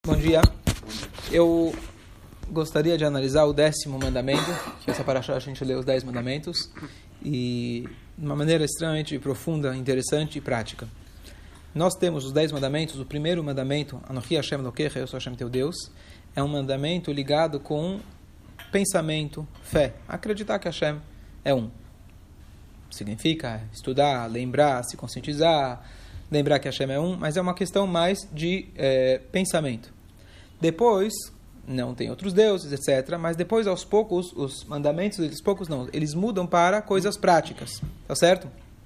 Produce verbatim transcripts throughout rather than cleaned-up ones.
Bom dia. Eu gostaria de analisar o décimo mandamento, que essa paraxá a gente lê os dez mandamentos, e de uma maneira extremamente profunda, interessante e prática. Nós temos os dez mandamentos. O primeiro mandamento, Anochi Hashem Elokecha, eu sou Hashem teu Deus, é um mandamento ligado com pensamento, fé, acreditar que Hashem é um. Significa estudar, lembrar, se conscientizar, lembrar que Hashem é um, mas é uma questão mais de é, pensamento. Depois, não tem outros deuses, etcétera, mas depois, aos poucos, os mandamentos, eles poucos não, eles mudam para coisas práticas, tá certo?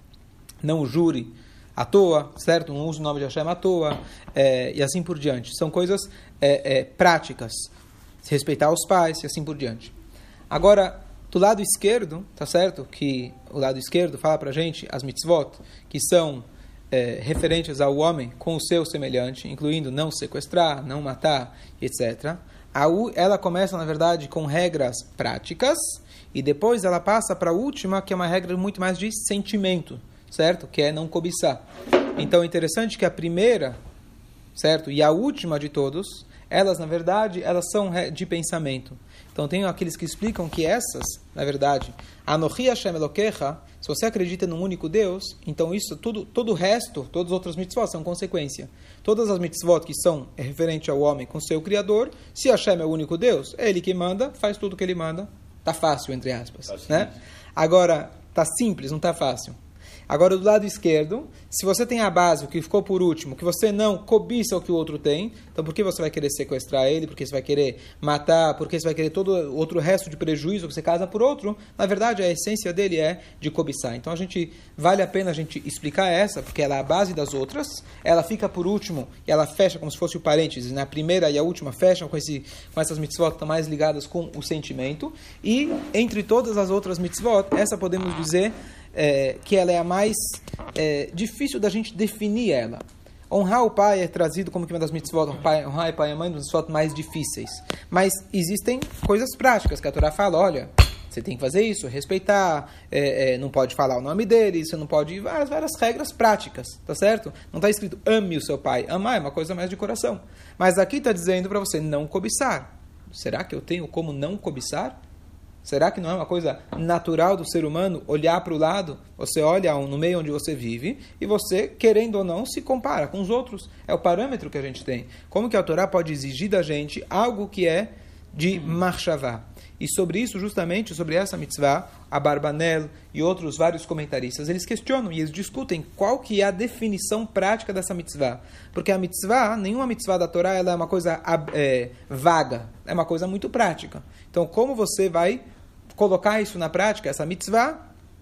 Não jure à toa, certo? Não use o nome de Hashem à toa, é, e assim por diante. São coisas é, é, práticas, respeitar os pais e assim por diante. Agora, do lado esquerdo, tá certo? Que o lado esquerdo fala pra gente as mitzvot, que são é, referentes ao homem com o seu semelhante, incluindo não sequestrar, não matar, etcétera. A U, ela começa, na verdade, com regras práticas, e depois ela passa para a última, que é uma regra muito mais de sentimento, certo? Que é não cobiçar. Então é interessante que a primeira, certo? E a última de todos, elas, na verdade, elas são de pensamento. Então tem aqueles que explicam que essas, na verdade, Anochi Hashem Elokecha, se você acredita num único Deus, então isso, tudo, todo o resto, todas as outras mitzvot são consequência. Todas as mitzvot que são referentes ao homem com seu Criador, se Hashem é o único Deus, é Ele que manda, faz tudo o que Ele manda. Tá fácil, entre aspas. Tá, né? Agora, tá simples, não tá fácil. Agora, do lado esquerdo, se você tem a base, o que ficou por último, que você não cobiça o que o outro tem, então por que você vai querer sequestrar ele? Por que você vai querer matar? Por que você vai querer todo o outro resto de prejuízo que você casa por outro? Na verdade, a essência dele é de cobiçar. Então, a gente vale a pena a gente explicar essa, porque ela é a base das outras, ela fica por último e ela fecha como se fosse o parênteses, né? A primeira e a última fecham com, esse, com essas mitzvot que estão mais ligadas com o sentimento, e entre todas as outras mitzvot, essa podemos dizer É, que ela é a mais é, difícil da gente definir ela. Honrar o pai é trazido como que uma das mitzvot, honrar o pai e a mãe, uma das mitzvot mais difíceis. Mas existem coisas práticas que a Torá fala, olha, você tem que fazer isso, respeitar, é, é, não pode falar o nome dele, você não pode... Várias, várias regras práticas, tá certo? Não está escrito ame o seu pai. Amar é uma coisa mais de coração. Mas aqui está dizendo para você não cobiçar. Será que eu tenho como não cobiçar? Será que não é uma coisa natural do ser humano olhar para o lado? Você olha no meio onde você vive e você, querendo ou não, se compara com os outros. É o parâmetro que a gente tem. Como que a Torá pode exigir da gente algo que é de marchavá? E sobre isso, justamente, sobre essa mitzvah, a Barbanel e outros vários comentaristas, eles questionam e eles discutem qual que é a definição prática dessa mitzvah. Porque a mitzvah, nenhuma mitzvah da Torá, ela é uma coisa é, vaga, é uma coisa muito prática. Então, como você vai colocar isso na prática, essa mitzvah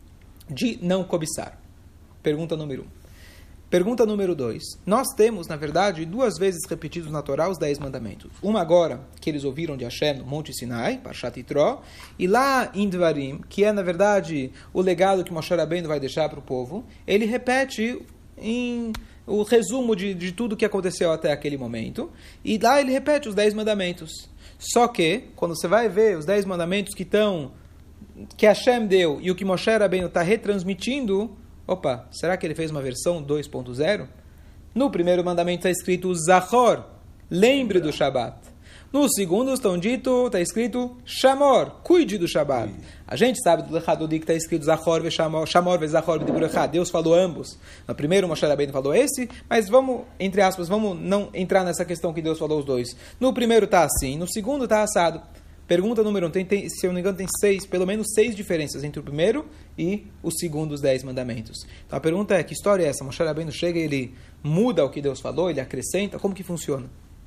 de não cobiçar? Pergunta número um. Pergunta número dois. Nós temos, na verdade, duas vezes repetidos na Torá os dez mandamentos. Uma agora, que eles ouviram de Hashem no Monte Sinai, Parshat Yitro, e lá em Dvarim, que é, na verdade, o legado que Moshe Rabbeinu vai deixar para o povo, ele repete em o resumo de, de tudo que aconteceu até aquele momento, e lá ele repete os dez mandamentos. Só que, quando você vai ver os dez mandamentos que estão, que Hashem deu, e o que Moshe Rabbeinu está retransmitindo, opa, será que ele fez uma versão dois ponto zero? No primeiro mandamento está escrito Zachor, lembre do Shabat. No segundo estão dito, está escrito Shamor, cuide do Shabat. A gente sabe do Lechadodi que está escrito Zachor ve Shamor, Shamor ve Zachor b'diburechá. Deus falou ambos. No primeiro Moshe Rabbeinu falou esse, mas vamos, entre aspas, vamos não entrar nessa questão que Deus falou os dois. No primeiro está assim, no segundo está assado. Pergunta número um, tem, tem, se eu não me engano tem seis, pelo menos seis diferenças entre o primeiro e o segundo dos dez mandamentos. Então a pergunta é, que história é essa? Moshe Rabbeinu chega e ele muda o que Deus falou, ele acrescenta, como que funciona?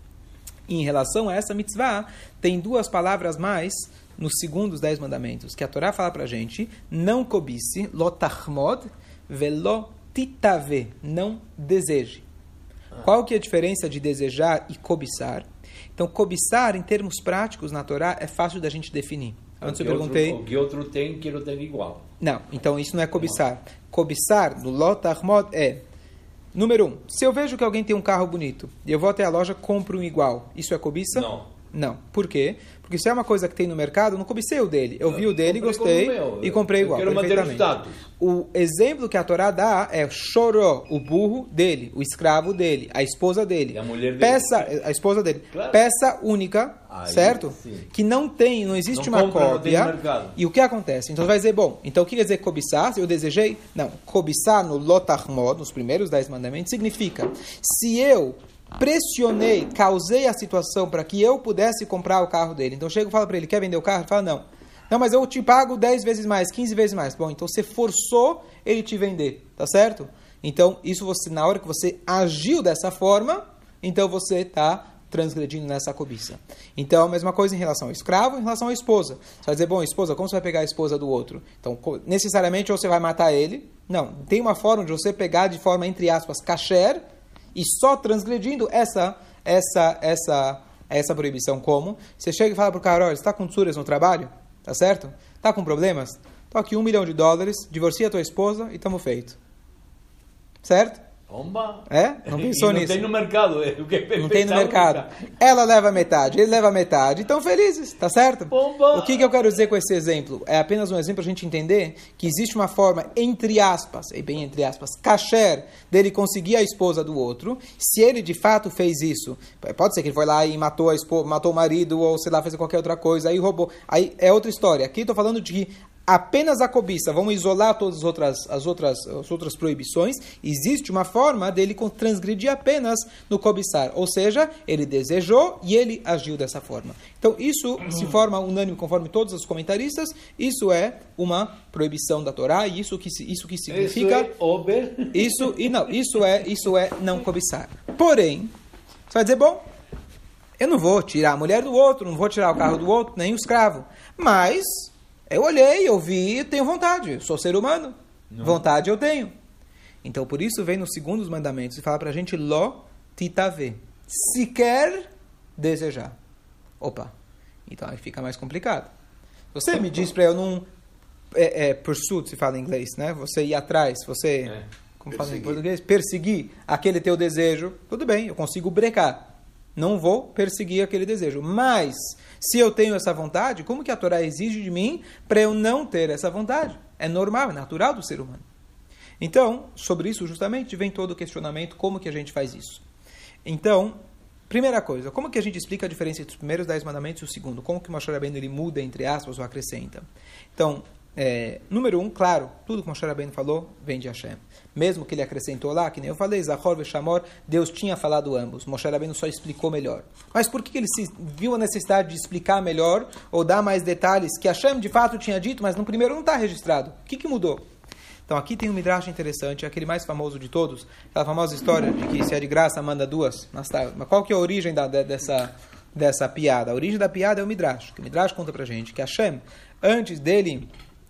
Em relação a essa mitzvah, tem duas palavras mais nos segundos dez mandamentos, que a Torá fala pra gente, não cobice, lo tachmod, velo titave, não deseje. Qual que é a diferença de desejar e cobiçar? Então, cobiçar, em termos práticos, na Torá, é fácil da gente definir. Antes eu perguntei... O que outro tem, que eu tenho igual. Não, então isso não é cobiçar. Cobiçar, no lo tachmod, é... Número um, se eu vejo que alguém tem um carro bonito, e eu vou até a loja, compro um igual, isso é cobiça? Não. Não. Por quê? Porque se é uma coisa que tem no mercado, eu não cobicei o dele. Eu, eu vi o dele, gostei e comprei igual. Eu quero manter o status. O exemplo que a Torá dá é chorou, o burro dele, o escravo dele, a esposa dele. E a mulher dele. Peça, a esposa dele. Claro. Peça única, aí, certo? Sim. Que não tem, não existe não uma compra, cópia. E o que acontece? Então vai dizer, bom, então o que quer dizer cobiçar? Se eu desejei? Não. Cobiçar no Lotachmod, nos primeiros dez mandamentos, significa, se eu pressionei, causei a situação para que eu pudesse comprar o carro dele. Então eu chego e falo para ele, quer vender o carro? Ele fala, não. Não, mas eu te pago dez vezes mais, quinze vezes mais. Bom, então você forçou ele te vender, tá certo? Então, isso você, na hora que você agiu dessa forma, então você está transgredindo nessa cobiça. Então, a mesma coisa em relação ao escravo, em relação à esposa. Você vai dizer, bom, esposa, como você vai pegar a esposa do outro? Então, necessariamente, ou você vai matar ele. Não, tem uma forma de você pegar de forma, entre aspas, kasher, e só transgredindo essa, essa, essa, essa proibição. Como? Você chega e fala para o cara, olha, você está com tsuras no trabalho? Tá certo? Está com problemas? Tô aqui um milhão de dólares, divorcia a tua esposa e estamos feito. Certo? Bomba. É? Não pensou não nisso? Tem no mercado. Eu que não tem no mercado. Ela leva metade, ele leva metade. Estão felizes, tá certo? Bomba. O que, que eu quero dizer com esse exemplo? É apenas um exemplo para a gente entender que existe uma forma, entre aspas, e bem entre aspas, kasher, dele conseguir a esposa do outro. Se ele de fato fez isso, pode ser que ele foi lá e matou a esposa, matou o marido, ou sei lá, fez qualquer outra coisa, aí roubou. Aí é outra história. Aqui estou falando de que apenas a cobiça, vamos isolar todas as outras, as outras, as outras proibições, existe uma forma dele transgredir apenas no cobiçar, ou seja, ele desejou e ele agiu dessa forma. Então isso se forma unânime conforme todos os comentaristas, isso é uma proibição da Torá, e isso que, isso que significa... Isso é ober. Isso, e não, isso é, isso é não cobiçar. Porém, você vai dizer, bom, eu não vou tirar a mulher do outro, não vou tirar o carro do outro, nem o escravo, mas... Eu olhei, eu vi, eu tenho vontade. Sou ser humano. Não. Vontade eu tenho. Então, por isso, vem nos segundos mandamentos e fala pra gente, lo titave. Se quer desejar. Opa. Então, aí fica mais complicado. Você me diz pra eu não... É, é, pursuit, se fala em inglês, né? Você ir atrás, você... É, como fala em português? Perseguir aquele teu desejo. Tudo bem, eu consigo brecar. Não vou perseguir aquele desejo. Mas, se eu tenho essa vontade, como que a Torá exige de mim para eu não ter essa vontade? É normal, é natural do ser humano. Então, sobre isso justamente vem todo o questionamento, como que a gente faz isso. Então, primeira coisa, como que a gente explica a diferença entre os primeiros dez mandamentos e o segundo? Como que o Moshe Rabbeinu ele muda, entre aspas, ou acrescenta? Então, é, número um, claro, tudo que o Moshe Rabbeinu falou vem de Hashem. Mesmo que ele acrescentou lá, que nem eu falei, Zachor Veshamor, Deus tinha falado ambos. Moshe Rabbeinu só explicou melhor. Mas por que ele se viu a necessidade de explicar melhor ou dar mais detalhes que Hashem de fato tinha dito, mas no primeiro não está registrado? O que, que mudou? Então aqui tem um midrash interessante, aquele mais famoso de todos, aquela famosa história de que se é de graça manda duas. Mas qual que é a origem da, dessa, dessa piada? A origem da piada é o midrash. O midrash conta pra gente que Hashem, antes dele...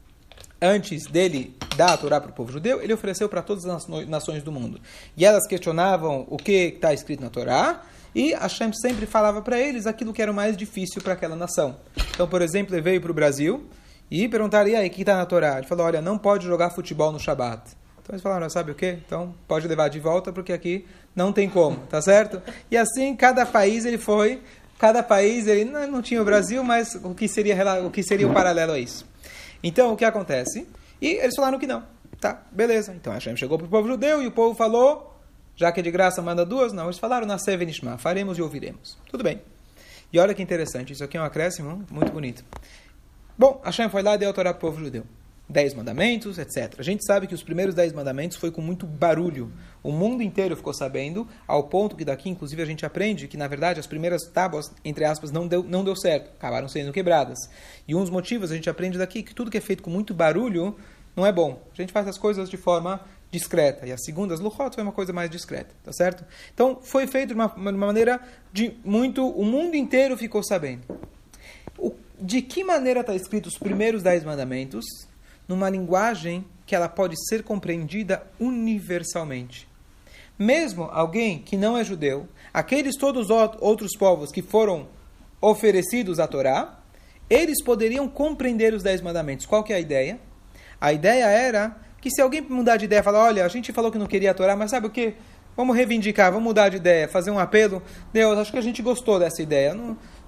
Antes dele dar a Torá para o povo judeu, ele ofereceu para todas as nações do mundo. E elas questionavam o que está escrito na Torá, e Hashem sempre falava para eles aquilo que era o mais difícil para aquela nação. Então, por exemplo, ele veio para o Brasil e perguntaram, e aí, o que está na Torá? Ele falou, olha, não pode jogar futebol no Shabat. Então eles falaram, sabe o quê? Então pode levar de volta, porque aqui não tem como, tá certo? E assim, cada país ele foi, cada país, ele não, não tinha o Brasil, mas o que seria o que seria o paralelo a isso? Então, o que acontece? E eles falaram que não. Tá, beleza. Então, Hashem chegou para o povo judeu e o povo falou, já que é de graça manda duas, não. Eles falaram, Naseh venishma, faremos e ouviremos. Tudo bem. E olha que interessante, isso aqui é um acréscimo muito bonito. Bom, Hashem foi lá e deu a Torá para o povo judeu. Dez mandamentos, etcétera. A gente sabe que os primeiros dez mandamentos foi com muito barulho. O mundo inteiro ficou sabendo, ao ponto que daqui, inclusive, a gente aprende que, na verdade, as primeiras tábuas, entre aspas, não deu, não deu certo. Acabaram sendo quebradas. E um dos motivos, a gente aprende daqui, que tudo que é feito com muito barulho não é bom. A gente faz as coisas de forma discreta. E a segunda, as luchot, foi uma coisa mais discreta. Tá certo? Então, foi feito de uma, uma maneira de muito... O mundo inteiro ficou sabendo. O, de que maneira está escrito os primeiros dez mandamentos? Numa linguagem que ela pode ser compreendida universalmente. Mesmo alguém que não é judeu, aqueles todos os outros povos que foram oferecidos à Torá, eles poderiam compreender os dez mandamentos. Qual que é a ideia? A ideia era que se alguém mudar de ideia, falar, olha, a gente falou que não queria a Torá, mas sabe o quê? Vamos reivindicar, vamos mudar de ideia, fazer um apelo. Deus, acho que a gente gostou dessa ideia. Não,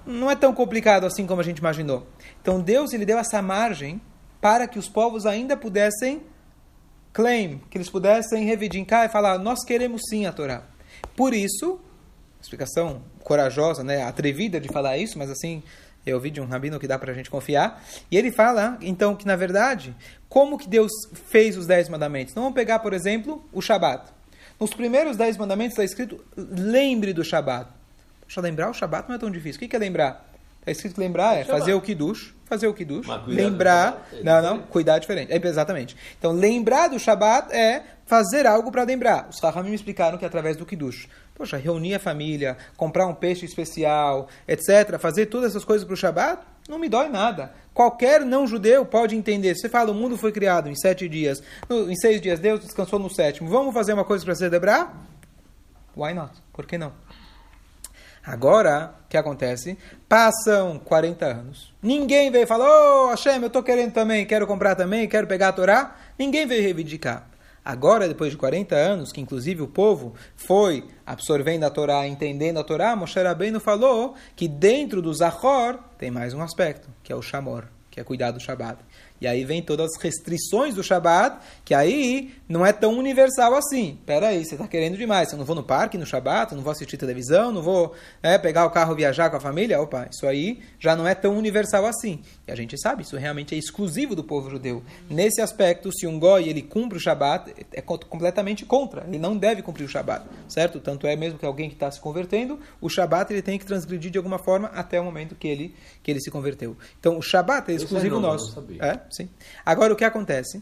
não é tão complicado assim como a gente imaginou. Então Deus ele deu essa margem para que os povos ainda pudessem claim, que eles pudessem reivindicar e falar, nós queremos sim a Torá. Por isso, explicação corajosa, né, atrevida de falar isso, mas assim, eu ouvi de um rabino que dá para a gente confiar, e ele fala, então, que na verdade, como que Deus fez os dez mandamentos? Então vamos pegar, por exemplo, o Shabat. Nos primeiros dez mandamentos está escrito, lembre do Shabat. Poxa, lembrar o Shabat não é tão difícil. O que é lembrar? Está escrito lembrar é fazer o Kiddush, fazer o Kiddush, lembrar, não, não, cuidar diferente, é, exatamente. Então, lembrar do Shabat é fazer algo para lembrar. Os Chachamim me explicaram que é através do Kiddush. Poxa, reunir a família, comprar um peixe especial, etcétera, fazer todas essas coisas para o Shabat, não me dói nada. Qualquer não-judeu pode entender. Você fala, o mundo foi criado em sete dias, no, em seis dias Deus descansou no sétimo. Vamos fazer uma coisa para celebrar? Why not? Por que não? Agora, o que acontece? Passam quarenta anos. Ninguém veio falar, ô, oh, Hashem, eu estou querendo também, quero comprar também, quero pegar a Torá. Ninguém veio reivindicar. Agora, depois de quarenta anos, que inclusive o povo foi absorvendo a Torá, entendendo a Torá, Moshe Rabbeinu falou que dentro do Zachor tem mais um aspecto, que é o Shamor, que é cuidar do Shabat. E aí vem todas as restrições do Shabat, que aí não é tão universal assim. Espera aí, você está querendo demais. Eu não vou no parque, no Shabat, eu não vou assistir televisão, não vou é, pegar o carro e viajar com a família. Opa, isso aí já não é tão universal assim. E a gente sabe, isso realmente é exclusivo do povo judeu. Nesse aspecto, se um goi ele cumpre o Shabat, é completamente contra. Ele não deve cumprir o Shabat, certo? Tanto é mesmo que alguém que está se convertendo, o Shabat ele tem que transgredir de alguma forma até o momento que ele, que ele se converteu. Então, o Shabat é exclusivo nosso. É? Sim. Agora o que acontece?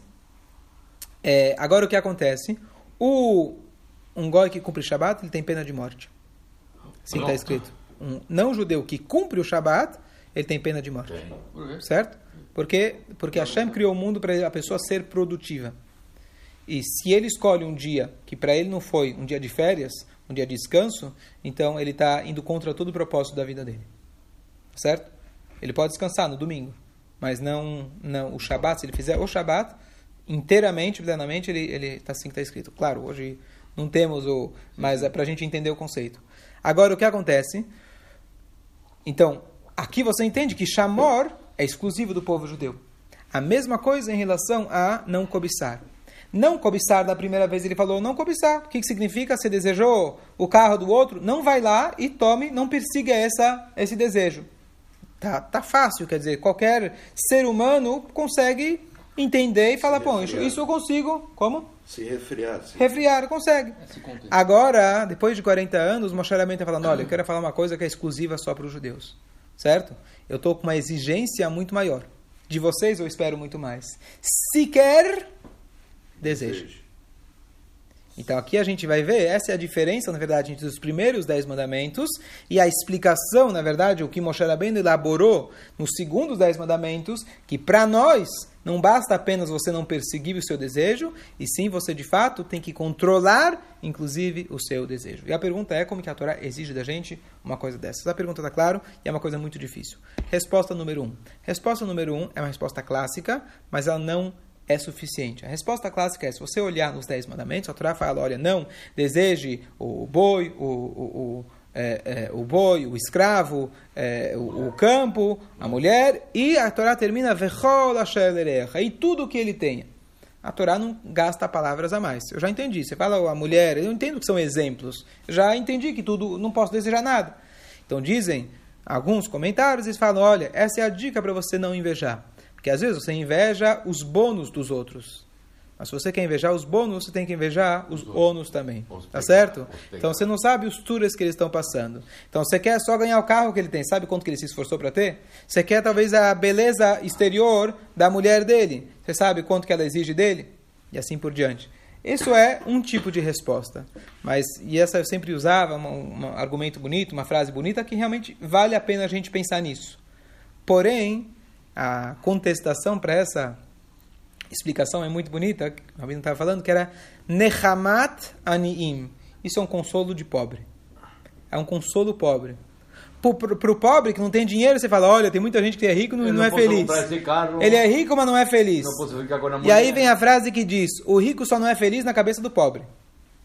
É, agora o que acontece? O um goi que cumpre o Shabat, ele tem pena de morte. Sim, está escrito. Um não judeu que cumpre o Shabat, ele tem pena de morte. Certo? Porque porque Hashem criou o mundo para a pessoa ser produtiva. E se ele escolhe um dia que para ele não foi um dia de férias, um dia de descanso, então ele está indo contra todo o propósito da vida dele. Certo? Ele pode descansar no domingo. Mas não, não o Shabat, se ele fizer o Shabat, inteiramente, plenamente, ele ele está assim que está escrito. Claro, hoje não temos o... Mas é para a gente entender o conceito. Agora, o que acontece? Então, aqui você entende que Shamor é exclusivo do povo judeu. A mesma coisa em relação a não cobiçar. Não cobiçar, da primeira vez ele falou não cobiçar. O que, que significa? Você desejou o carro do outro? Não vai lá e tome, não persiga essa, esse desejo. Tá, tá fácil, quer dizer, qualquer ser humano consegue entender e falar, bom, isso, isso eu consigo, como? Se resfriar. Se... Resfriar, consegue. Agora, depois de quarenta anos, Moshe Rabbeinu está falando, olha, eu quero falar uma coisa que é exclusiva só para os judeus, certo? Eu estou com uma exigência muito maior. De vocês eu espero muito mais. Sequer desejo. Então aqui a gente vai ver, essa é a diferença, na verdade, entre os primeiros dez mandamentos e a explicação, na verdade, o que Moshe Rabbeinu elaborou nos segundos dez mandamentos, que para nós não basta apenas você não perseguir o seu desejo, e sim você de fato tem que controlar, inclusive, o seu desejo. E a pergunta é como que a Torá exige da gente uma coisa dessas. A pergunta está clara e é uma coisa muito difícil. Resposta número um. Resposta número um é uma resposta clássica, mas ela não é suficiente. A resposta clássica é, se você olhar nos dez mandamentos, a Torá fala, olha, não deseje o boi, o, o, o, é, é, o boi, o escravo, é, o, o campo, a mulher, e a Torá termina, vechol asher erecha, e tudo o que ele tenha. A Torá não gasta palavras a mais. Eu já entendi. Você fala a mulher, eu entendo que são exemplos. Já entendi que tudo, não posso desejar nada. Então dizem, alguns comentários, eles falam, olha, essa é a dica para você não invejar. Porque às vezes você inveja os bônus dos outros. Mas se você quer invejar os bônus, você tem que invejar os ônus também. Tá certo? Então você não sabe os tours que eles estão passando. Então você quer só ganhar o carro que ele tem. Sabe quanto que ele se esforçou para ter? Você quer talvez a beleza exterior da mulher dele. Você sabe quanto que ela exige dele? E assim por diante. Isso é um tipo de resposta. Mas, e essa eu sempre usava, um, um argumento bonito, uma frase bonita, que realmente vale a pena a gente pensar nisso. Porém, a contestação para essa explicação é muito bonita, o Rabino estava falando, que era Nechamat Aniim. Isso é um consolo de pobre. É um consolo pobre. Para o pobre que não tem dinheiro, você fala, olha, tem muita gente que é rico e não, não, não é feliz. Carro, ele é rico, mas não é feliz. Não posso ficar com a mulher. E aí vem a frase que diz, o rico só não é feliz na cabeça do pobre.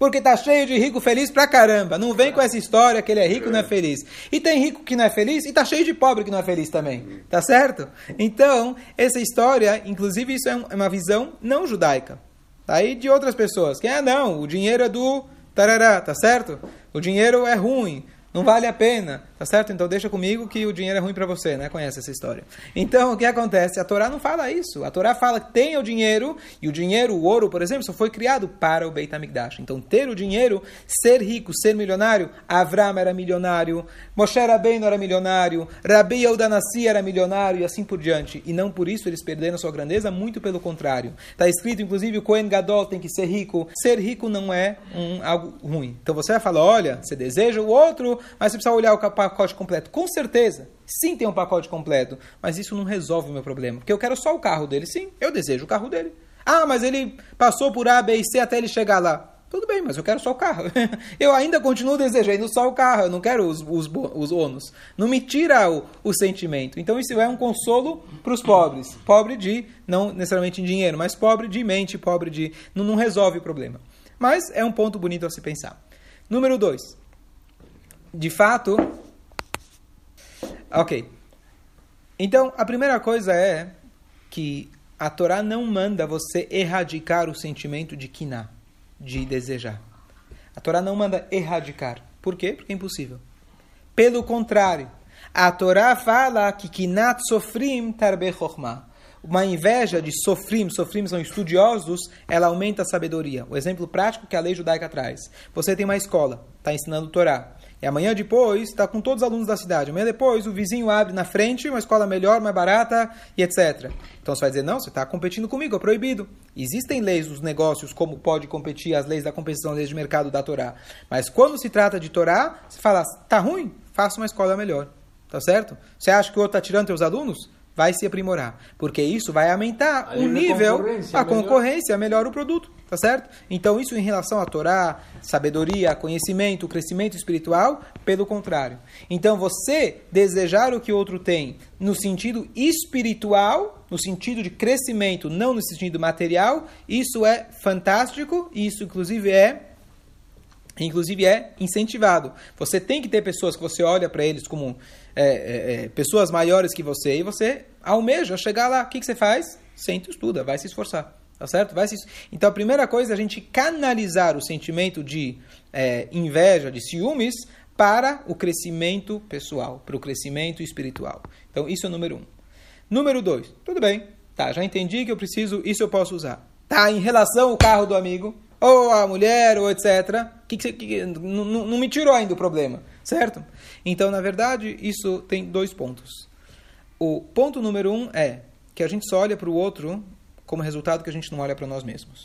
Porque tá cheio de rico feliz pra caramba. Não vem com essa história que ele é rico e não é feliz. E tem rico que não é feliz e tá cheio de pobre que não é feliz também. Tá certo? Então, essa história, inclusive isso é uma visão não judaica. Aí de outras pessoas. Que, ah não, o dinheiro é do tarará, tá certo? O dinheiro é ruim. Não vale a pena, tá certo? Então deixa comigo que o dinheiro é ruim para você, né? Conhece essa história. Então, o que acontece? A Torá não fala isso. A Torá fala que tem o dinheiro, e o dinheiro, o ouro, por exemplo, só foi criado para o Beit HaMikdash. Então, ter o dinheiro, ser rico, ser milionário, Avram era milionário, Moshe Rabbeinu era milionário, Rabi Yehuda Nassi era milionário, e assim por diante. E não por isso eles perderam sua grandeza, muito pelo contrário. Está escrito, inclusive, o Kohen Gadol tem que ser rico. Ser rico não é um, algo ruim. Então, você vai falar, olha, você deseja o outro, mas você precisa olhar o pacote completo. Com certeza, sim tem um pacote completo, mas isso não resolve o meu problema, porque eu quero só o carro dele. Sim, eu desejo o carro dele. Ah, mas ele passou por A, B e C até ele chegar lá. Tudo bem, mas eu quero só o carro. Eu ainda continuo desejando só o carro, eu não quero os, os, os ônus. Não me tira o, o sentimento. Então isso é um consolo para os pobres. Pobre de, não necessariamente em dinheiro, mas pobre de mente, pobre de... Não, não resolve o problema. Mas é um ponto bonito a se pensar. Número dois. De fato, ok. Então, a primeira coisa é que a Torá não manda você erradicar o sentimento de kiná, de desejar. A Torá não manda erradicar. Por quê? Porque é impossível. Pelo contrário, a Torá fala que kinat sofrim tarbe chokhmah. Uma inveja de sofrim, sofrim são estudiosos, ela aumenta a sabedoria. O exemplo prático que a lei judaica traz. Você tem uma escola, está ensinando Torá. E amanhã depois, está com todos os alunos da cidade. Amanhã depois, o vizinho abre na frente uma escola melhor, mais barata, e etcétera. Então você vai dizer, não, você está competindo comigo, é proibido. Existem leis dos negócios, como pode competir as leis da competição, as leis de mercado da Torá. Mas quando se trata de Torá, você fala, tá ruim? Faça uma escola melhor. Tá certo? Você acha que o outro está tirando seus alunos? Vai se aprimorar, porque isso vai aumentar a o nível, concorrência, a concorrência, melhora o produto, tá certo? Então isso em relação à Torá, sabedoria, conhecimento, crescimento espiritual, pelo contrário. Então você desejar o que o outro tem no sentido espiritual, no sentido de crescimento, não no sentido material, isso é fantástico, e isso inclusive é Inclusive é incentivado. Você tem que ter pessoas que você olha para eles como é, é, é, pessoas maiores que você e você almeja chegar lá. O que, que você faz? Senta e estuda, vai se esforçar. Tá certo? Vai se... Então a primeira coisa é a gente canalizar o sentimento de é, inveja, de ciúmes, para o crescimento pessoal, para o crescimento espiritual. Então isso é o número um. Número dois. Tudo bem. Tá, já entendi que eu preciso, isso eu posso usar. Tá, em relação ao carro do amigo, ou a mulher, ou etcétera. Que que, que, não, não me tirou ainda o problema, certo? Então, na verdade, isso tem dois pontos. O ponto número um é que a gente só olha para o outro como resultado que a gente não olha para nós mesmos.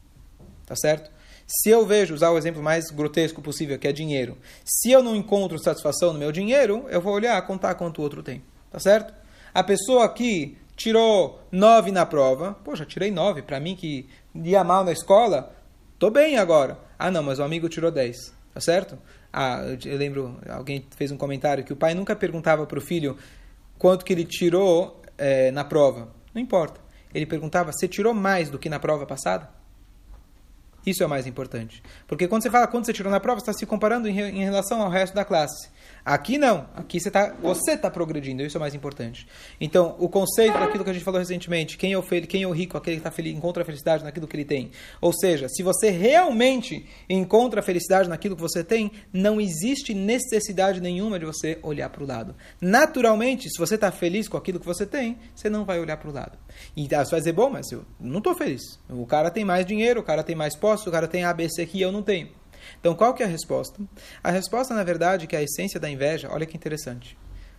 Tá certo? Se eu vejo, usar o exemplo mais grotesco possível, que é dinheiro. Se eu não encontro satisfação no meu dinheiro, eu vou olhar, contar quanto o outro tem. Tá certo? A pessoa que tirou nove na prova, poxa, tirei nove, para mim que ia mal na escola, tô bem agora. Ah, não, mas o amigo tirou dez. Tá certo? Ah, eu lembro, alguém fez um comentário que o pai nunca perguntava para o filho quanto que ele tirou é, na prova. Não importa. Ele perguntava, você tirou mais do que na prova passada? Isso é o mais importante. Porque quando você fala quanto você tirou na prova, você está se comparando em, em relação ao resto da classe. Aqui não. Aqui você está você tá progredindo. Isso é o mais importante. Então, o conceito daquilo que a gente falou recentemente, quem é o, fel- quem é o rico, aquele que tá feliz, encontra a felicidade naquilo que ele tem. Ou seja, se você realmente encontra a felicidade naquilo que você tem, não existe necessidade nenhuma de você olhar para o lado. Naturalmente, se você está feliz com aquilo que você tem, você não vai olhar para o lado. E você vai dizer, bom, mas eu não estou feliz. O cara tem mais dinheiro, o cara tem mais posse, o cara tem A, B, C que eu não tenho. Então, qual que é a resposta? A resposta, na verdade, que é a essência da inveja, olha que interessante.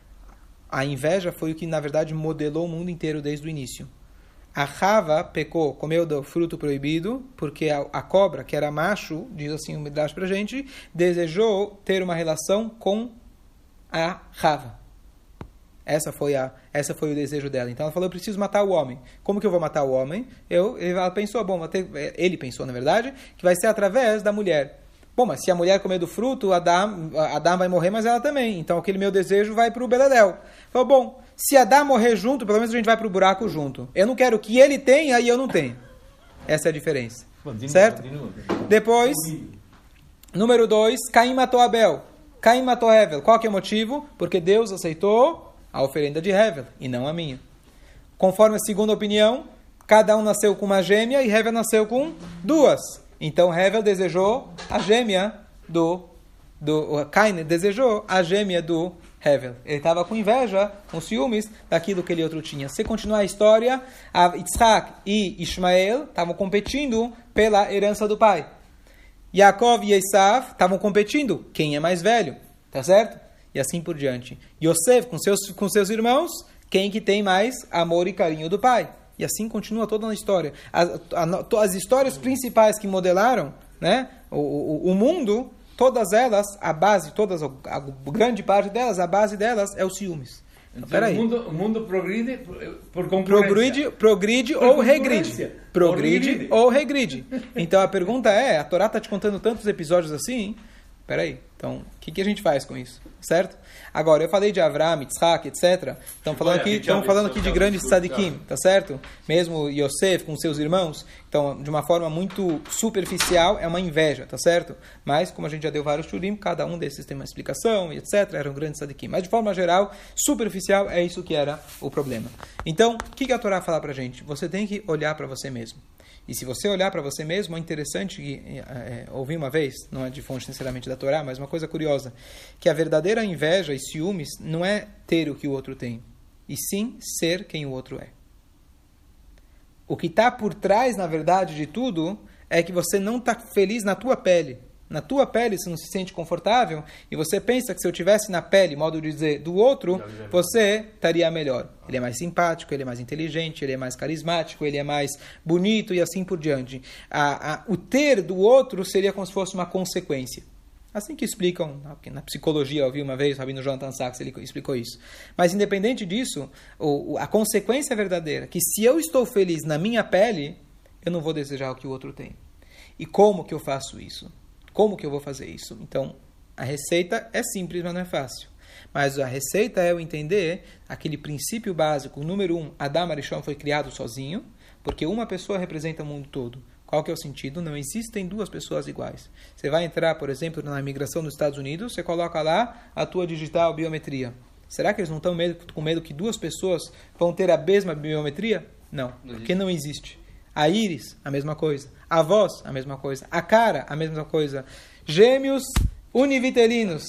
A inveja foi o que, na verdade, modelou o mundo inteiro desde o início. A Rava pecou, comeu do fruto proibido, porque a, a cobra, que era macho, diz assim o Midrash pra gente, desejou ter uma relação com a Rava. Essa foi, a, essa foi o desejo dela. Então ela falou, eu preciso matar o homem. Como que eu vou matar o homem? Eu, ela pensou, bom, ter, ele pensou, na verdade, que vai ser através da mulher. Bom, mas se a mulher comer do fruto, Adão, Adão vai morrer, mas ela também. Então aquele meu desejo vai para o Beledel. Falou, bom, se Adão morrer junto, pelo menos a gente vai para o buraco junto. Eu não quero que ele tenha e eu não tenho. Essa é a diferença. Continua, certo? Continua. Depois, Número dois, Caim matou Abel. Caim matou Hevel. Qual que é o motivo? Porque Deus aceitou a oferenda de Hevel e não a minha. Conforme a segunda opinião, cada um nasceu com uma gêmea e Hevel nasceu com duas. Então Hevel desejou a gêmea do... do Caim desejou a gêmea do Hevel. Ele estava com inveja, com ciúmes daquilo que ele outro tinha. Se continuar a história, Yitzhak e Ishmael estavam competindo pela herança do pai. Yaakov e Esav estavam competindo. Quem é mais velho? Tá certo? E assim por diante. Yosef com seus, com seus irmãos, quem que tem mais amor e carinho do pai? E assim continua toda a história. As, a, as histórias principais que modelaram, né, o, o, o mundo... Todas elas, a base, todas, a grande parte delas, a base delas é os ciúmes. Então, Então, o, mundo, o mundo progride por concorrência. Progride, progride ou regride. Progride ou regride. Então a pergunta é, a Torá está te contando tantos episódios assim, peraí, então o que, que a gente faz com isso? Certo? Agora, eu falei de Avraham, Yitzhak, etcétera. Estamos falando aqui, estamos falando aqui de grandes tzadikim, tá certo? Mesmo Yosef com seus irmãos. Então, de uma forma muito superficial, é uma inveja, tá certo? Mas, como a gente já deu vários shurim, cada um desses tem uma explicação, e etcétera. Eram grandes tzadikim. Mas, de forma geral, superficial, é isso que era o problema. Então, o que, que a Torá fala pra gente? Você tem que olhar para você mesmo. E se você olhar para você mesmo, é interessante que, é, ouvi uma vez, não é de fonte necessariamente da Torá, mas uma coisa curiosa, que a verdadeira inveja e ciúmes não é ter o que o outro tem, e sim ser quem o outro é. O que está por trás, na verdade, de tudo, é que você não está feliz na tua pele. Na tua pele você não se sente confortável e você pensa que se eu tivesse na pele, modo de dizer, do outro, você estaria melhor. Ele é mais simpático, ele é mais inteligente, ele é mais carismático, ele é mais bonito e assim por diante. A, a, o ter do outro seria como se fosse uma consequência. Assim que explicam, na psicologia, eu ouvi uma vez, o Rabino Jonathan Sachs, ele explicou isso. Mas independente disso, o, a consequência verdadeira, que se eu estou feliz na minha pele, eu não vou desejar o que o outro tem. E como que eu faço isso? Como que eu vou fazer isso? Então, a receita é simples, mas não é fácil. Mas a receita é eu entender aquele princípio básico. Número um, Adam Arishon foi criado sozinho, porque uma pessoa representa o mundo todo. Qual que é o sentido? Não existem duas pessoas iguais. Você vai entrar, por exemplo, na imigração dos Estados Unidos, você coloca lá a tua digital biometria. Será que eles não estão com medo que duas pessoas vão ter a mesma biometria? Não, não porque não existe. A íris, a mesma coisa. A voz, a mesma coisa. A cara, a mesma coisa. Gêmeos univitelinos.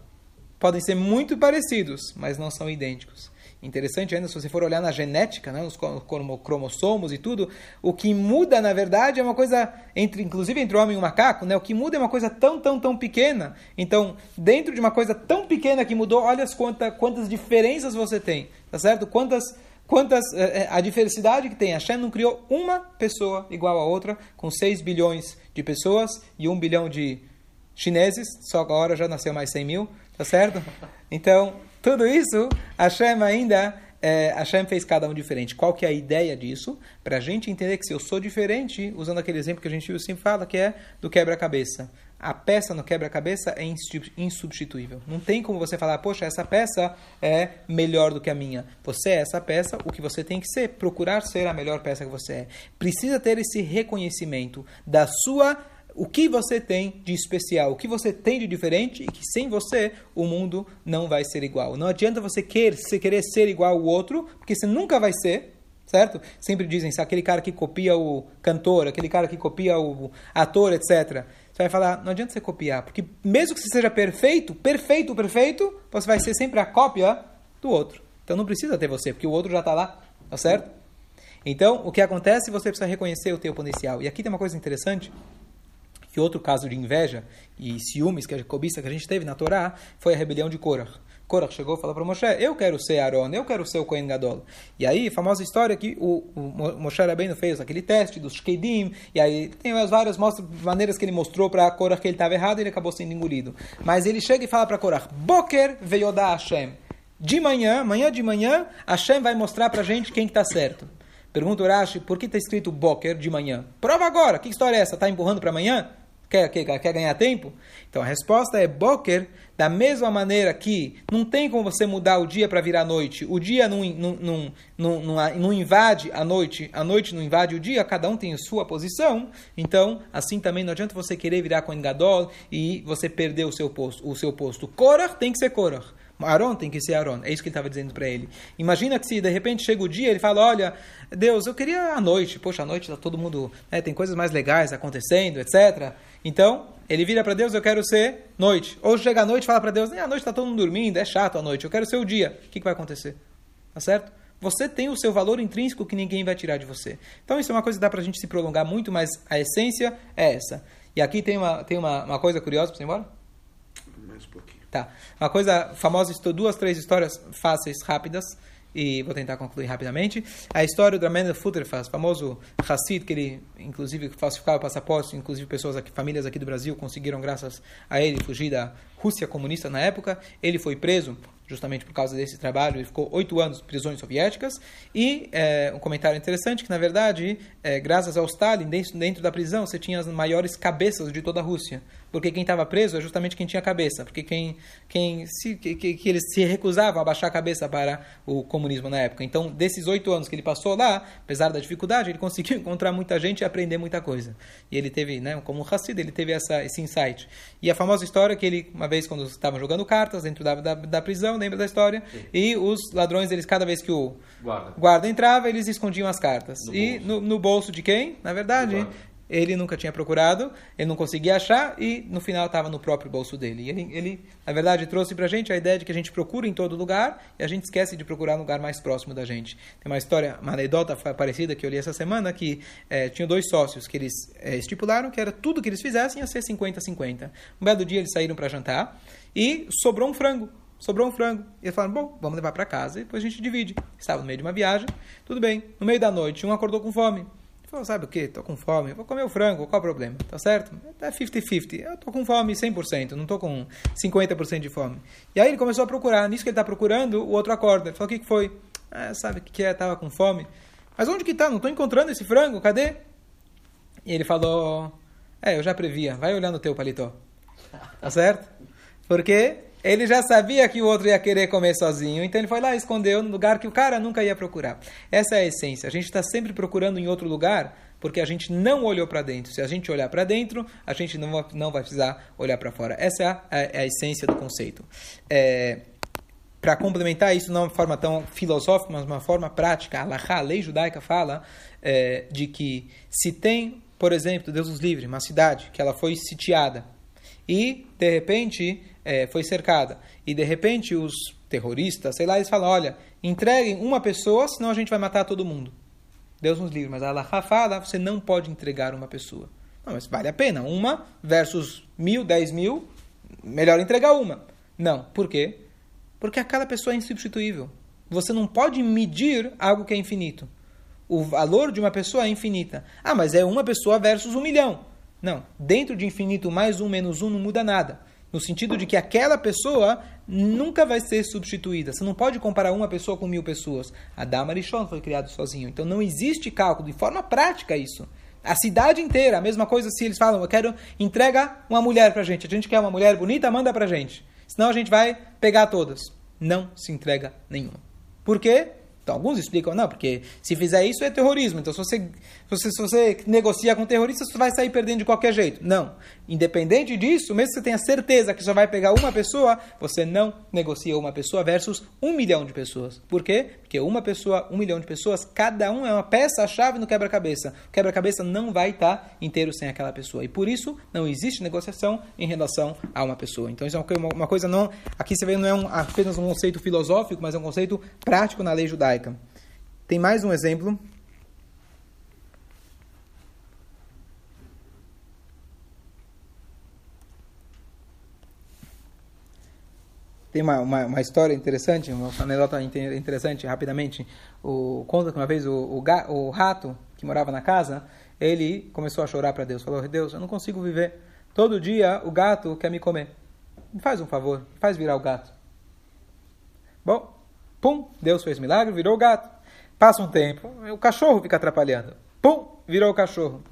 Podem ser muito parecidos, mas não são idênticos. Interessante ainda, se você for olhar na genética, né, os cromossomos e tudo, o que muda, na verdade, é uma coisa, entre, inclusive entre o homem e o macaco, né, o que muda é uma coisa tão, tão, tão pequena. Então, dentro de uma coisa tão pequena que mudou, olha as quanta, quantas diferenças você tem, tá certo? Quantas... Quantas, a diversidade que tem. Hashem não criou uma pessoa igual a outra, com seis bilhões de pessoas e um bilhão de chineses, só agora já nasceu mais cem mil, tá certo? Então, tudo isso, Hashem ainda, é, Hashem fez cada um diferente. Qual que é a ideia disso? Para a gente entender que se eu sou diferente, usando aquele exemplo que a gente sempre fala, que é do quebra-cabeça. A peça no quebra-cabeça é insubstituível. Não tem como você falar, poxa, essa peça é melhor do que a minha. Você é essa peça, o que você tem que ser, procurar ser a melhor peça que você é. Precisa ter esse reconhecimento da sua, o que você tem de especial, o que você tem de diferente e que sem você o mundo não vai ser igual. Não adianta você querer, você querer ser igual ao outro, porque você nunca vai ser. Certo? Sempre dizem, se aquele cara que copia o cantor, aquele cara que copia o ator, etcétera. Você vai falar, não adianta você copiar, porque mesmo que você seja perfeito, perfeito, perfeito, você vai ser sempre a cópia do outro. Então não precisa ter você, porque o outro já está lá, tá certo? Então, o que acontece, você precisa reconhecer o teu potencial. E aqui tem uma coisa interessante, que outro caso de inveja e ciúmes, que a cobiça que a gente teve na Torá, foi a rebelião de Korach. Korach chegou e falou para Moshe, eu quero ser Aaron, eu quero ser o Kohen Gadol. E aí, a famosa história que o, o Moshe Rabbeinu fez aquele teste dos Shkedim, e aí tem as várias mostras, maneiras que ele mostrou para Korach que ele estava errado e ele acabou sendo engolido. Mas ele chega e fala para Korach, Boker veyodá Hashem. De manhã, manhã de manhã, Hashem vai mostrar para a gente quem está certo. Pergunta o Rashi, por que está escrito Boker de manhã? Prova agora, que história é essa? Está empurrando para amanhã? Quer, quer, quer ganhar tempo? Então a resposta é Boker, da mesma maneira que não tem como você mudar o dia para virar noite, o dia não, não, não, não, não, não invade a noite, a noite não invade o dia, cada um tem a sua posição, então assim também não adianta você querer virar Kohen Gadol e você perder o seu posto. O seu posto. Korach tem que ser Korach. Aaron tem que ser Aaron, é isso que ele estava dizendo para ele. Imagina que se de repente chega o dia, ele fala, olha, Deus, eu queria a noite, poxa, a noite está todo mundo, né, tem coisas mais legais acontecendo, etcétera. Então, ele vira para Deus, eu quero ser noite. Ou chega a noite e fala para Deus, a noite está todo mundo dormindo, é chato a noite, eu quero ser o dia. O que, que vai acontecer? Tá certo? Você tem o seu valor intrínseco que ninguém vai tirar de você. Então, isso é uma coisa que dá para a gente se prolongar muito, mas a essência é essa. E aqui tem uma, tem uma, uma coisa curiosa para você ir embora? Mais um pouquinho. Tá. Uma coisa famosa, duas, três histórias fáceis, rápidas, e vou tentar concluir rapidamente. A história do Mendel Futterfass, famoso Hassid, que ele, inclusive, falsificava passaportes, inclusive pessoas aqui, famílias aqui do Brasil conseguiram, graças a ele, fugir da Rússia comunista na época. Ele foi preso justamente por causa desse trabalho, ele ficou oito anos em prisões soviéticas, e é, um comentário interessante, que na verdade, é, graças ao Stalin, dentro, dentro da prisão, você tinha as maiores cabeças de toda a Rússia, porque quem estava preso é justamente quem tinha cabeça, porque quem, quem se, que, que, que eles se recusavam a baixar a cabeça para o comunismo na época. Então, desses oito anos que ele passou lá, apesar da dificuldade, ele conseguiu encontrar muita gente e aprender muita coisa. E ele teve, né, como um Hassid, ele teve essa, esse insight. E a famosa história que ele, uma vez, quando estavam jogando cartas dentro da, da, da prisão, lembra da história? Sim. E os ladrões, eles cada vez que o guarda, guarda entrava, eles escondiam as cartas. No e bolso. No, no bolso de quem? Na verdade, ele nunca tinha procurado, ele não conseguia achar e no final estava no próprio bolso dele. E ele, ele, na verdade, trouxe pra gente a ideia de que a gente procura em todo lugar e a gente esquece de procurar no lugar mais próximo da gente. Tem uma história, uma anedota parecida que eu li essa semana, que é, tinha dois sócios que eles é, estipularam que era tudo que eles fizessem ia ser cinquenta a cinquenta. Um belo dia eles saíram para jantar e sobrou um frango. Sobrou um frango. E eles falaram, bom, vamos levar para casa e depois a gente divide. Estava no meio de uma viagem, tudo bem. No meio da noite, um acordou com fome. Ele falou, sabe o quê? Estou com fome, vou comer o frango, qual o problema? Tá certo? É cinquenta cinquenta. Eu estou com fome cem por cento, não estou com cinquenta por cento de fome. E aí ele começou a procurar. Nisso que ele está procurando, o outro acorda. Ele falou, o que, que foi? Ah, sabe o que, que é? Estava com fome. Mas onde que está? Não estou encontrando esse frango, cadê? E ele falou, é, eu já previa, vai olhar no teu paletó. Tá certo? Porque ele já sabia que o outro ia querer comer sozinho, então ele foi lá e escondeu no lugar que o cara nunca ia procurar. Essa é a essência. A gente está sempre procurando em outro lugar porque a gente não olhou para dentro. Se a gente olhar para dentro, a gente não vai, não vai precisar olhar para fora. Essa é a, a, a essência do conceito. É, para complementar isso, não de uma forma tão filosófica, mas de uma forma prática, a Halachá, a lei judaica, fala é, de que se tem, por exemplo, Deus nos livre, uma cidade que ela foi sitiada e, de repente, é, foi cercada, e, de repente, os terroristas, sei lá, eles falam, olha, entreguem uma pessoa, senão a gente vai matar todo mundo. Deus nos livre, mas a Halachá fala, você não pode entregar uma pessoa. Não, mas vale a pena, uma versus mil, dez mil, melhor entregar uma. Não, por quê? Porque aquela pessoa é insubstituível. Você não pode medir algo que é infinito. O valor de uma pessoa é infinita. Ah, mas é uma pessoa versus um milhão. Não, dentro de infinito, mais um, menos um, não muda nada. No sentido de que aquela pessoa nunca vai ser substituída. Você não pode comparar uma pessoa com mil pessoas. Adam Arishon foi criado sozinho. Então não existe cálculo, de forma prática isso. A cidade inteira, a mesma coisa se eles falam, eu quero entregar uma mulher pra gente. A gente quer uma mulher bonita, manda pra gente. Senão a gente vai pegar todas. Não se entrega nenhuma. Por quê? Então, alguns explicam, não, porque se fizer isso é terrorismo. Então, se você, se você, se você negocia com terroristas, você vai sair perdendo de qualquer jeito. Não. Independente disso, mesmo que você tenha certeza que só vai pegar uma pessoa, você não negocia uma pessoa versus um milhão de pessoas. Por quê? Porque uma pessoa, um milhão de pessoas, cada um é uma peça-chave no quebra-cabeça. O quebra-cabeça não vai estar inteiro sem aquela pessoa. E por isso, não existe negociação em relação a uma pessoa. Então, isso é uma, uma coisa não... Aqui você vê, não é um, apenas um conceito filosófico, mas é um conceito prático na lei judaica. Tem mais um exemplo. Tem uma, uma, uma história interessante, uma anedota interessante, rapidamente. O, conta que uma vez o, o, ga, o rato que morava na casa, ele começou a chorar para Deus. Falou, Deus, eu não consigo viver. Todo dia o gato quer me comer. Me faz um favor, faz virar o gato. Bom, pum, Deus fez milagre, virou o gato. Passa um tempo, o cachorro fica atrapalhando. Pum, virou o cachorro.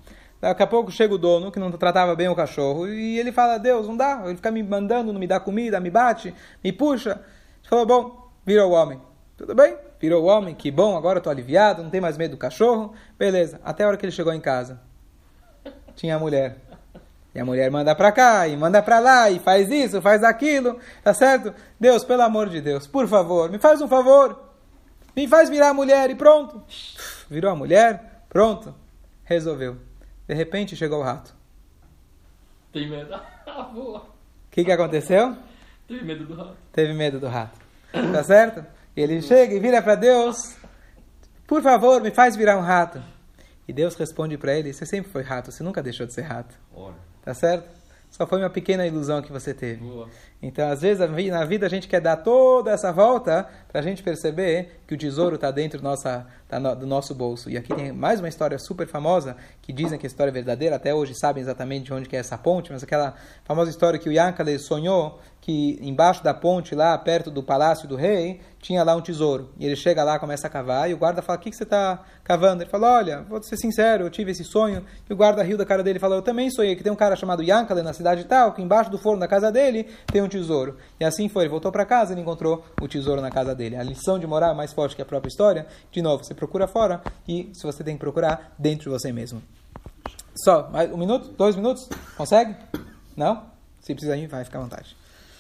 Daqui a pouco chega o dono, que não tratava bem o cachorro, e ele fala, Deus, não dá, ele fica me mandando, não me dá comida, me bate, me puxa. Ele falou, bom, virou o homem. Tudo bem? Virou o homem, que bom, agora eu estou aliviado, não tem mais medo do cachorro. Beleza, até a hora que ele chegou em casa. Tinha a mulher. E a mulher manda pra cá, e manda pra lá, e faz isso, faz aquilo, tá certo? Deus, pelo amor de Deus, por favor, me faz um favor. Me faz virar a mulher e pronto. Virou a mulher, pronto. Resolveu. De repente chegou o rato. Tem medo. Boa. O que que aconteceu? Teve medo do rato. Teve medo do rato. Tá certo? E ele chega e vira para Deus. Por favor, me faz virar um rato. E Deus responde para ele, você sempre foi rato, você nunca deixou de ser rato. Olha. Tá certo? Só foi uma pequena ilusão que você teve. Boa. Então, às vezes, na vida a gente quer dar toda essa volta para a gente perceber que o tesouro está dentro do, nossa, do nosso bolso. E aqui tem mais uma história super famosa, que dizem que a história é verdadeira, até hoje sabem exatamente de onde que é essa ponte, mas aquela famosa história que o Yankale sonhou que embaixo da ponte, lá perto do palácio do rei, tinha lá um tesouro. E ele chega lá, começa a cavar, e o guarda fala, o que, que você está cavando? Ele fala, olha, vou ser sincero, eu tive esse sonho. E o guarda riu da cara dele e falou, eu também sonhei que tem um cara chamado Yankale na cidade tal, que embaixo do forno da casa dele tem um tesouro. E assim foi, ele voltou para casa e ele encontrou o tesouro na casa dele. A lição de moral é mais forte que a própria história. De novo, você procura fora, e se você tem que procurar, dentro de você mesmo. Só, mais um minuto? Dois minutos? Consegue? Não? Se precisar ir, vai, fica à vontade.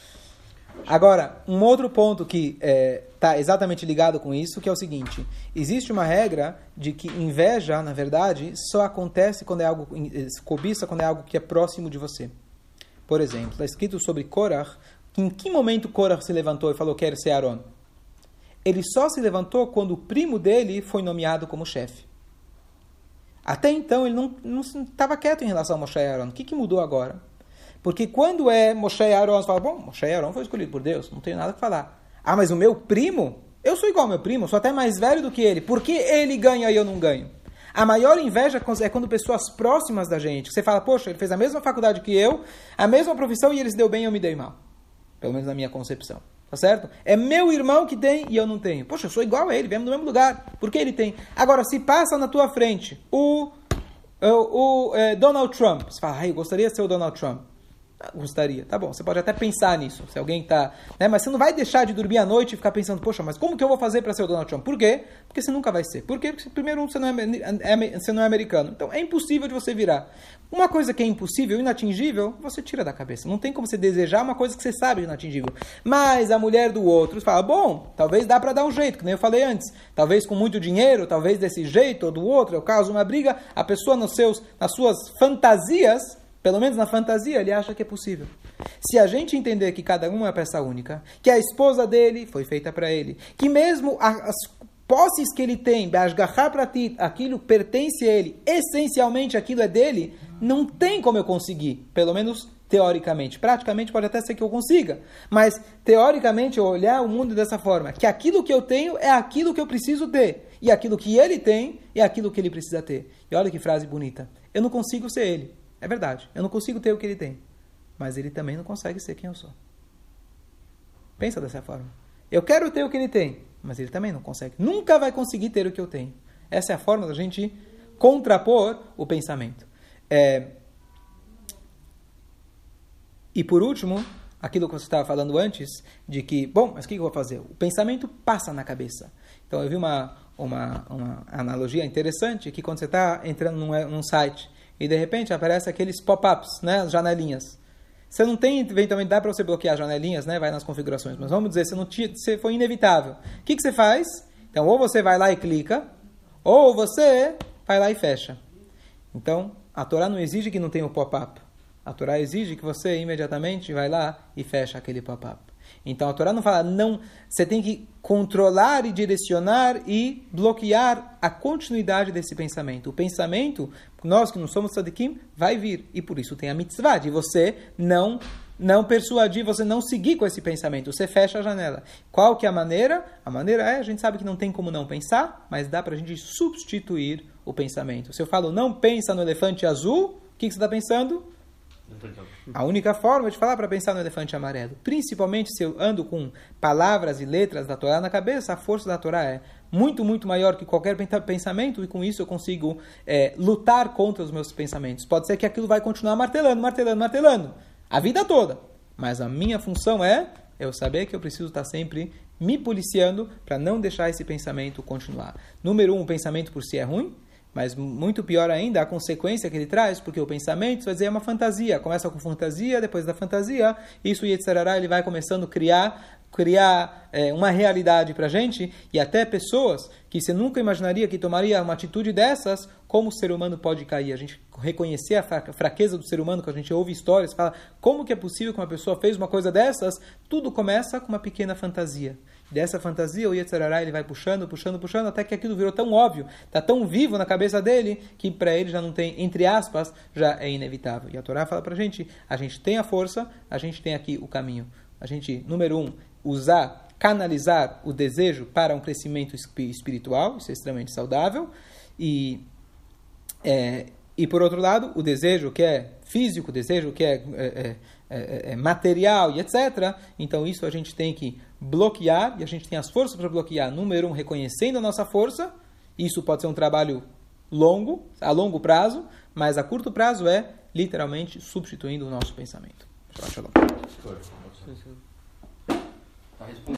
Agora, um outro ponto que está é, exatamente ligado com isso, que é o seguinte, existe uma regra de que inveja, na verdade, só acontece quando é algo, cobiça, quando é algo que é próximo de você. Por exemplo, está escrito sobre Korach, que em que momento Korach se levantou e falou, quero ser Aaron? Ele só se levantou quando o primo dele foi nomeado como chefe. Até então, ele não estava quieto em relação a Moshe e Aaron. O que, que mudou agora? Porque quando é Moshe e Aaron, você fala, bom, Moshe e Aaron foi escolhido por Deus, não tenho nada a falar. Ah, mas o meu primo? Eu sou igual ao meu primo, sou até mais velho do que ele. Por que ele ganha e eu não ganho? A maior inveja é quando pessoas próximas da gente, você fala, poxa, ele fez a mesma faculdade que eu, a mesma profissão e ele se deu bem e eu me dei mal. Pelo menos na minha concepção. Tá certo? É meu irmão que tem e eu não tenho. Poxa, eu sou igual a ele, viemos do mesmo lugar. Por que ele tem? Agora, se passa na tua frente o, o, o é, Donald Trump, você fala, ah, eu gostaria de ser o Donald Trump. Gostaria, tá bom, você pode até pensar nisso, se alguém tá, né, mas você não vai deixar de dormir à noite e ficar pensando, poxa, mas como que eu vou fazer para ser o Donald Trump? Por quê? Porque você nunca vai ser. Por quê? Porque primeiro você não é, é, você não é americano, então é impossível de você virar. Uma coisa que é impossível, inatingível, você tira da cabeça, não tem como você desejar uma coisa que você sabe inatingível, mas a mulher do outro fala, bom, talvez dá para dar um jeito, que nem eu falei antes, talvez com muito dinheiro, talvez desse jeito ou do outro, é o caso, uma briga, a pessoa nos seus, nas suas fantasias, pelo menos na fantasia, ele acha que é possível. Se a gente entender que cada um é uma peça única, que a esposa dele foi feita para ele, que mesmo as posses que ele tem, aquilo pertence a ele, essencialmente aquilo é dele, não tem como eu conseguir, pelo menos teoricamente. Praticamente pode até ser que eu consiga, mas teoricamente eu olhar o mundo dessa forma, que aquilo que eu tenho é aquilo que eu preciso ter, e aquilo que ele tem é aquilo que ele precisa ter. E olha que frase bonita, eu não consigo ser ele. É verdade, eu não consigo ter o que ele tem, mas ele também não consegue ser quem eu sou. Pensa dessa forma. Eu quero ter o que ele tem, mas ele também não consegue. Nunca vai conseguir ter o que eu tenho. Essa é a forma da gente contrapor o pensamento. É... E por último, aquilo que você estava falando antes, de que, bom, mas o que eu vou fazer? O pensamento passa na cabeça. Então eu vi uma, uma, uma analogia interessante, que quando você está entrando num, num site, e de repente aparece aqueles pop-ups, né, as janelinhas. Você não tem, eventualmente dá para você bloquear as janelinhas, né, vai nas configurações, mas vamos dizer, você não tinha, você foi inevitável. O que, que você faz? Então, ou você vai lá e clica, ou você vai lá e fecha. Então, a Torá não exige que não tenha o pop-up. A Torá exige que você imediatamente vai lá e fecha aquele pop-up. Então a Torá não fala, não, você tem que controlar e direcionar e bloquear a continuidade desse pensamento. O pensamento, nós que não somos tzadikim, vai vir. E por isso tem a mitzvah de você não, não persuadir, você não seguir com esse pensamento. Você fecha a janela. Qual que é a maneira? A maneira é, a gente sabe que não tem como não pensar, mas dá para a gente substituir o pensamento. Se eu falo, não pensa no elefante azul, o que, que você está pensando? A única forma de falar para pensar no elefante amarelo, principalmente se eu ando com palavras e letras da Torá na cabeça, a força da Torá é muito, muito maior que qualquer pensamento, e com isso eu consigo é, lutar contra os meus pensamentos. Pode ser que aquilo vai continuar martelando, martelando, martelando, a vida toda. Mas a minha função é eu saber que eu preciso estar sempre me policiando para não deixar esse pensamento continuar. Número um, o pensamento por si é ruim, mas muito pior ainda a consequência que ele traz, porque o pensamento, vai dizer, é uma fantasia. Começa com fantasia, depois da fantasia, isso o Yetzer Hara, ele vai começando a criar, criar é, uma realidade para a gente, e até pessoas que você nunca imaginaria que tomaria uma atitude dessas, como o ser humano pode cair. A gente reconhecer a fraqueza do ser humano, que a gente ouve histórias, fala, como que é possível que uma pessoa fez uma coisa dessas? Tudo começa com uma pequena fantasia. Dessa fantasia, o Yetzer Hara, ele vai puxando, puxando, puxando, até que aquilo virou tão óbvio, está tão vivo na cabeça dele, que para ele já não tem, entre aspas, já é inevitável. E a Torá fala para a gente, a gente tem a força, a gente tem aqui o caminho. A gente, número um, usar, canalizar o desejo para um crescimento espiritual, isso é extremamente saudável, e, é, e por outro lado, o desejo que é físico, o desejo que é, é, é, é material e etcétera. Então isso a gente tem que bloquear, e a gente tem as forças para bloquear. Número um, reconhecendo a nossa força. Isso pode ser um trabalho longo, a longo prazo, mas a curto prazo é literalmente substituindo o nosso pensamento. Shalom.